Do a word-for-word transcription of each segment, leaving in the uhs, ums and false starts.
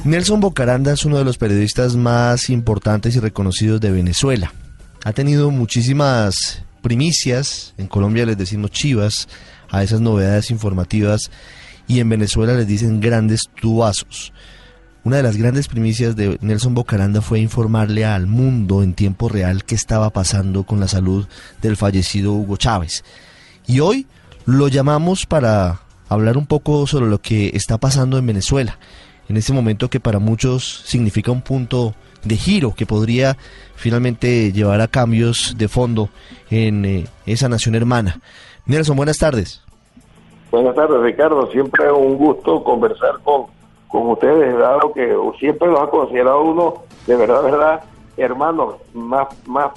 Nelson Bocaranda es uno de los periodistas más importantes y reconocidos de Venezuela. Ha tenido muchísimas primicias, en Colombia les decimos chivas, a esas novedades informativas, y en Venezuela les dicen grandes tubazos. Una de las grandes primicias de Nelson Bocaranda fue informarle al mundo en tiempo real qué estaba pasando con la salud del fallecido Hugo Chávez. Y hoy lo llamamos para hablar un poco sobre lo que está pasando en Venezuela, en este momento que para muchos significa un punto de giro que podría finalmente llevar a cambios de fondo en eh, esa nación hermana. Nelson, buenas tardes. Buenas tardes, Ricardo. Siempre es un gusto conversar con, con ustedes, dado que siempre los ha considerado uno, de verdad, verdad, hermanos, más más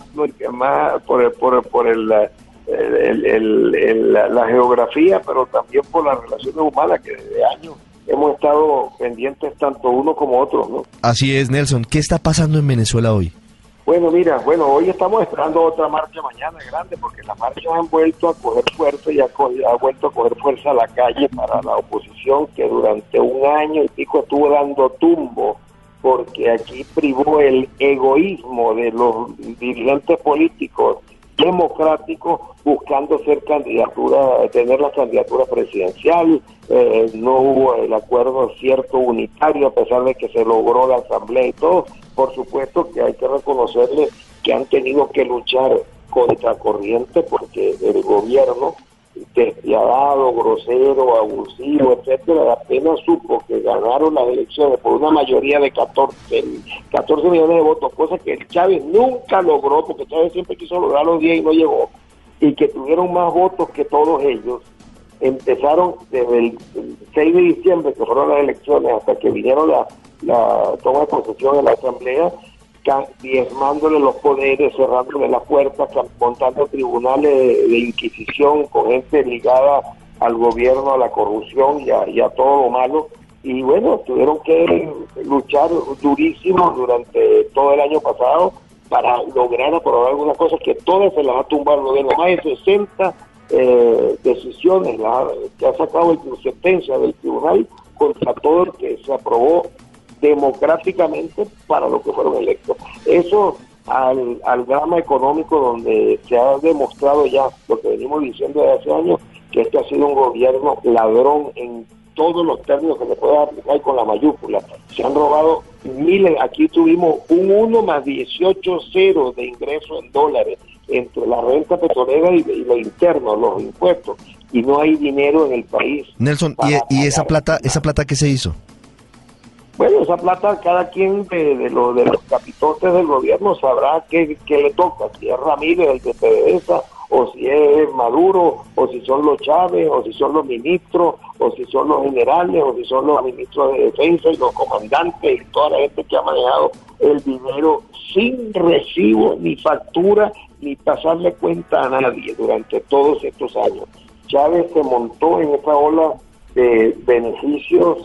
más por el, por el, por el, el, el, el la, la geografía, pero también por las relaciones humanas que desde años hemos estado pendientes tanto uno como otro, ¿no? Así es, Nelson. ¿Qué está pasando en Venezuela hoy? Bueno, mira, bueno, hoy estamos esperando otra marcha mañana grande, porque las marchas han vuelto a coger fuerza y ha, ha vuelto a coger fuerza a la calle para la oposición, que durante un año y pico estuvo dando tumbo, porque aquí privó el egoísmo de los dirigentes políticos democráticos buscando ser candidatura, tener la candidatura presidencial. Eh, no hubo el acuerdo cierto unitario, a pesar de que se logró la asamblea y todo. Por supuesto que hay que reconocerle que han tenido que luchar contra corriente, porque el gobierno despiadado, grosero, abusivo, etcétera, apenas supo que ganaron las elecciones por una mayoría de catorce millones de votos, cosa que Chávez nunca logró, porque Chávez siempre quiso lograr los diez y no llegó, y que tuvieron más votos que todos ellos. Empezaron desde el seis de diciembre, que fueron las elecciones, hasta que vinieron la, la toma de posesión en la asamblea, diezmándole los poderes, cerrándole las puertas, montando tribunales de, de inquisición con gente ligada al gobierno, a la corrupción y a, y a todo lo malo. Y bueno, tuvieron que luchar durísimo durante todo el año pasado para lograr aprobar algunas cosas que todas se las ha tumbado el gobierno. Más de sesenta eh, decisiones la, que ha sacado el sentencia del tribunal contra todo el que se aprobó democráticamente para lo que fueron electos. Eso al, al drama económico, donde se ha demostrado ya lo que venimos diciendo desde hace años, que este ha sido un gobierno ladrón en todos los términos que se puede aplicar con la mayúscula. Se han robado miles, aquí tuvimos un uno más dieciocho ceros de ingresos en dólares entre la renta petrolera y, y lo interno, los impuestos, y no hay dinero en el país. Nelson, ¿y, y esa plata, esa plata qué se hizo? Bueno, esa plata, cada quien de, de, lo, de los capitotes del gobierno sabrá qué, qué le toca, si es Ramírez el de PDVSA, o si es Maduro, o si son los Chávez, o si son los ministros, o si son los generales, o si son los ministros de defensa y los comandantes y toda la gente que ha manejado el dinero sin recibo, ni factura, ni pasarle cuenta a nadie durante todos estos años. Chávez se montó en esa ola de beneficios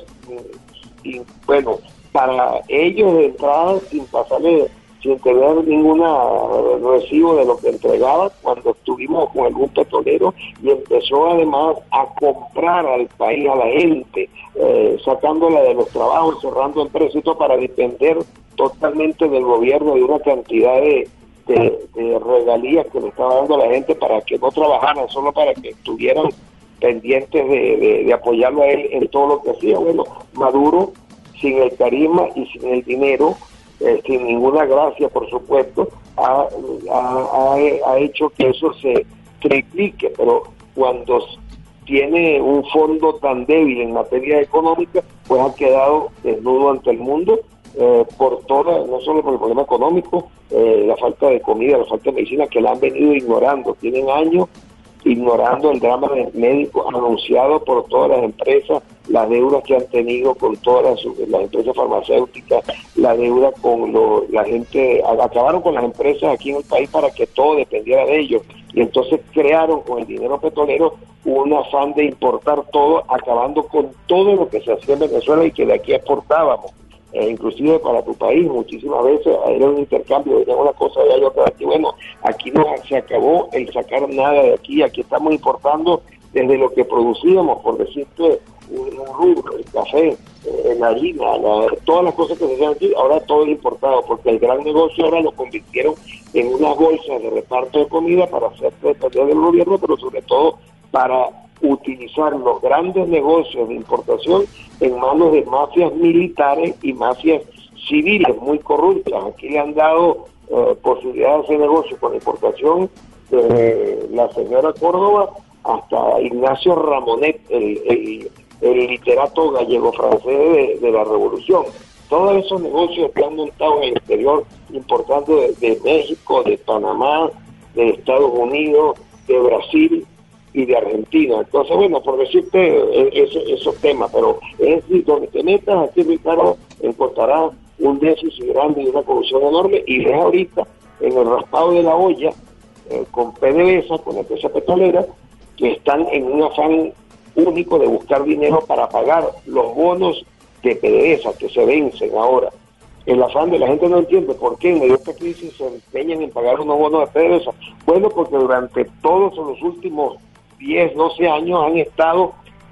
y bueno, para ellos de entrada, sin pasarle, sin tener ningún recibo de lo que entregaba, cuando estuvimos con el boom petrolero, y empezó además a comprar al país, a la gente, eh, sacándola de los trabajos, cerrando empresas para depender totalmente del gobierno, de una cantidad de, de, de regalías que le estaba dando a la gente para que no trabajaran, solo para que estuvieran pendientes de, de, de apoyarlo a él en todo lo que hacía. Bueno, Maduro, sin el carisma y sin el dinero, eh, sin ninguna gracia, por supuesto, ha, ha, ha hecho que eso se triplique, pero cuando tiene un fondo tan débil en materia económica, pues ha quedado desnudo ante el mundo, eh, por toda, no solo por el problema económico, eh, la falta de comida, la falta de medicina, que la han venido ignorando. Tienen años ignorando el drama médico anunciado por todas las empresas, las deudas que han tenido con todas las, las empresas farmacéuticas, la deuda con lo, la gente, acabaron con las empresas aquí en el país para que todo dependiera de ellos, y entonces crearon con el dinero petrolero un afán de importar todo, acabando con todo lo que se hacía en Venezuela y que de aquí exportábamos. Eh, inclusive para tu país, muchísimas veces era un intercambio, era una cosa de allá, otra de aquí. Bueno, aquí no se acabó el sacar nada de aquí, aquí estamos importando desde lo que producíamos, por decirte, un, un rubro, el café, eh, la harina, la, todas las cosas que se hacen aquí, ahora todo es importado, porque el gran negocio ahora lo convirtieron en unas bolsas de reparto de comida para hacer depender del gobierno, pero sobre todo para utilizar los grandes negocios de importación en manos de mafias militares y mafias civiles muy corruptas. Aquí le han dado eh, posibilidad de hacer negocio con importación desde la señora Córdoba hasta Ignacio Ramonet, el, el, el literato gallego-francés de, de la Revolución. Todos esos negocios que han montado en el exterior, importando de, de México, de Panamá, de Estados Unidos, de Brasil y de Argentina. Entonces, bueno, por decirte esos, esos temas, pero es decir, donde te metas aquí, Ricardo, encontrarás un déficit grande y una corrupción enorme, y ves ahorita en el raspado de la olla, eh, con PDVSA, con la empresa petrolera, que están en un afán único de buscar dinero para pagar los bonos de PDVSA que se vencen ahora. El afán de la gente no entiende por qué en medio de esta crisis se empeñan en pagar unos bonos de PDVSA. Bueno, porque durante todos los últimos diez, doce años han estado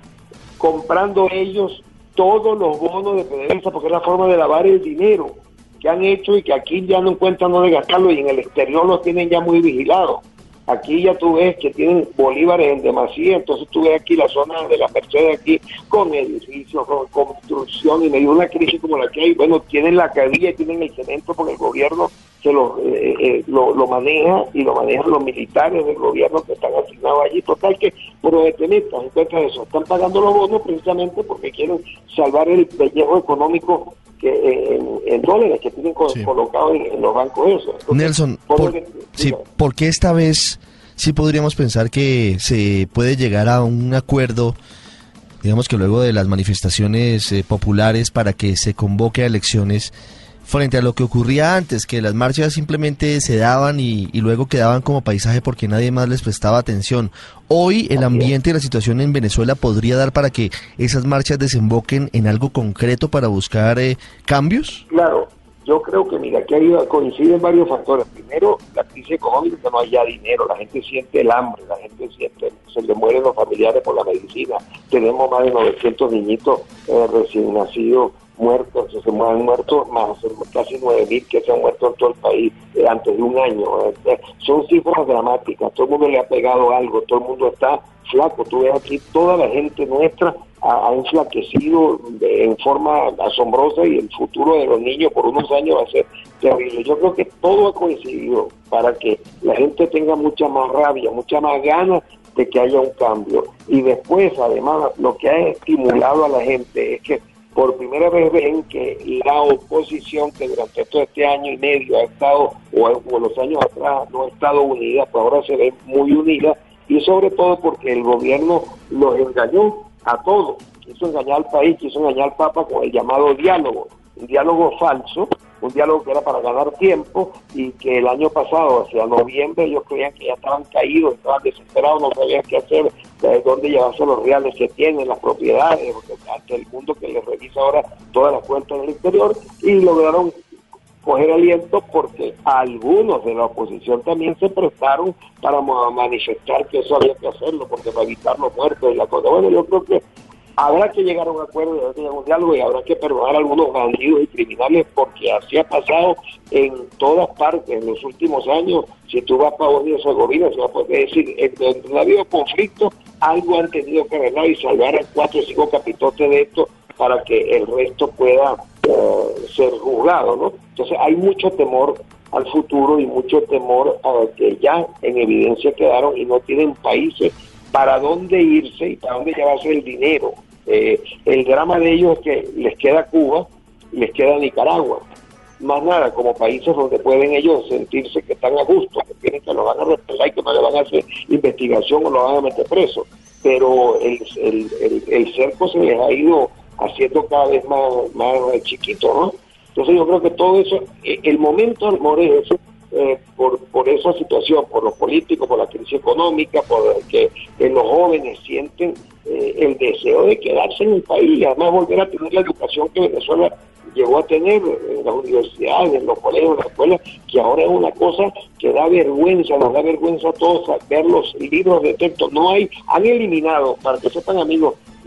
comprando ellos todos los bonos de PDVSA, porque es la forma de lavar el dinero que han hecho y que aquí ya no encuentran dónde gastarlo, y en el exterior lo tienen ya muy vigilado. Aquí ya tú ves que tienen bolívares en demasía, entonces tú ves aquí la zona de la Mercedes aquí con edificios, con construcción, y medio de una crisis como la que hay, bueno, tienen la cadilla y tienen el cemento porque el gobierno se lo, eh, eh, lo, lo maneja, y lo manejan los militares del gobierno que están asignados allí. Total que, por donde metas, encuentras eso, están pagando los bonos precisamente porque quieren salvar el pellejo económico que eh, en, en dólares que tienen co- sí. colocados en, en los bancos esos. Entonces, Nelson, por, por, que, sí, ¿por qué esta vez sí podríamos pensar que se puede llegar a un acuerdo, digamos que luego de las manifestaciones eh, populares, para que se convoque a elecciones, frente a lo que ocurría antes, que las marchas simplemente se daban y, y luego quedaban como paisaje porque nadie más les prestaba atención? Hoy el ambiente y la situación en Venezuela podría dar para que esas marchas desemboquen en algo concreto para buscar eh, cambios. Claro, yo creo que, mira, que ahí coinciden varios factores. Primero, la crisis económica, que no haya dinero, la gente siente el hambre, la gente siente, se le mueren los familiares por la medicina. Tenemos más de novecientos niñitos eh, recién nacidos muertos, se han muerto más, casi nueve mil que se han muerto en todo el país eh, antes de un año. Eh, son cifras dramáticas, todo el mundo le ha pegado algo, todo el mundo está flaco. Tú ves aquí, toda la gente nuestra ha, ha enflaquecido de, en forma asombrosa, y el futuro de los niños por unos años va a ser terrible. Yo creo que todo ha coincidido para que la gente tenga mucha más rabia, mucha más ganas de que haya un cambio. Y después, además, lo que ha estimulado a la gente es que por primera vez ven que la oposición, que durante todo este año y medio ha estado, o, o los años atrás, no ha estado unida, pues ahora se ve muy unida, y sobre todo porque el gobierno los engañó a todos, quiso engañar al país, quiso engañar al Papa con el llamado diálogo, un diálogo falso, un diálogo que era para ganar tiempo, y que el año pasado, hacia noviembre, ellos creían que ya estaban caídos, estaban desesperados, no sabían qué hacer, de dónde llevarse los reales que tienen, las propiedades, porque ante el mundo que les revisa ahora todas las cuentas del exterior, y lograron coger aliento porque algunos de la oposición también se prestaron para manifestar que eso había que hacerlo, porque para evitar los muertos y la cosa. Bueno, yo creo que habrá que llegar a un acuerdo, habrá que llegar a un diálogo, y habrá que perdonar a algunos bandidos y criminales, porque así ha pasado en todas partes en los últimos años. Si tú vas para Bosnia y Herzegovina, se va a poder decir, en donde ha habido conflicto, algo han tenido que arreglar y salvar a cuatro o cinco capitotes de esto para que el resto pueda uh, ser juzgado, ¿no? Entonces hay mucho temor al futuro y mucho temor a que ya en evidencia quedaron y no tienen países para dónde irse y para dónde llevarse el dinero. Eh, el drama de ellos es que les queda Cuba y les queda Nicaragua. Más nada, como países donde pueden ellos sentirse que están a gusto, que tienen que lo van a respetar y que no le van a hacer investigación o lo van a meter preso. Pero el, el, el, el cerco se les ha ido haciendo cada vez más, más chiquito, ¿no? Entonces yo creo que todo eso, el momento del amor es ese, eh, por, por esa situación, por los políticos, por la crisis económica, por que, que los jóvenes sienten eh, el deseo de quedarse en el país y además volver a tener la educación que Venezuela llegó a tener en las universidades, en los colegios, en las escuelas, que ahora es una cosa que da vergüenza, nos da vergüenza a todos ver los libros de texto. No hay, han eliminado, para que sepan amigos,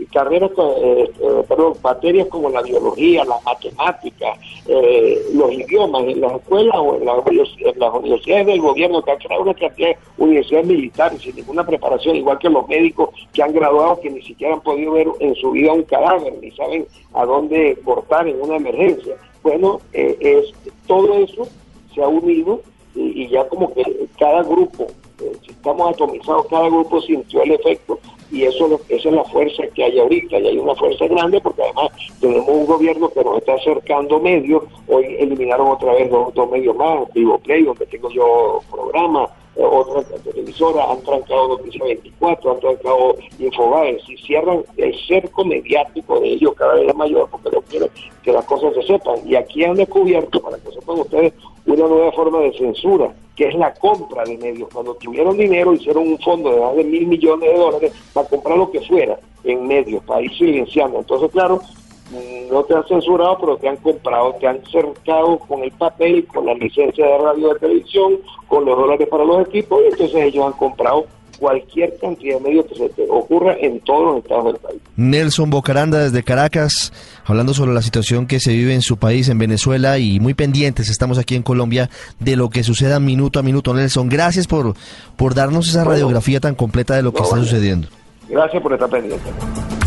carreras, eh, eh, perdón, materias como la biología, la matemática, eh, los idiomas en las escuelas o en, la, en las universidades del gobierno, que han creado una cantidad de universidades militares sin ninguna preparación, igual que los médicos que han graduado que ni siquiera han podido ver en su vida un cadáver, ni saben a dónde cortar en una emergencia. Bueno, eh, es todo eso se ha unido y, y ya como que cada grupo, eh, si estamos atomizados, cada grupo sintió el efecto, y eso esa es la fuerza que hay ahorita, y hay una fuerza grande porque además tenemos un gobierno que nos está acercando medios. Hoy eliminaron otra vez dos, dos medios más, Vivo Play, donde tengo yo programa, eh, otras televisoras, han trancado Noticias veinticuatro, han trancado Infobae. Si cierran, el cerco mediático de ellos cada vez es mayor porque no quieren que las cosas se sepan, y aquí han descubierto, para que sepan ustedes, una nueva forma de censura, que es la compra de medios. Cuando tuvieron dinero, hicieron un fondo de más de mil millones de dólares para comprar lo que fuera en medios, para ir silenciando. Entonces, claro, no te han censurado, pero te han comprado, te han cercado con el papel, con la licencia de radio de televisión, con los dólares para los equipos, y entonces ellos han comprado cualquier cantidad de medios que se te ocurra en todos los estados del país. Nelson Bocaranda desde Caracas, hablando sobre la situación que se vive en su país, en Venezuela, y muy pendientes estamos aquí en Colombia de lo que suceda minuto a minuto. Nelson, gracias por, por darnos esa radiografía tan completa de lo que no, está vale. sucediendo. Gracias por estar pendiente.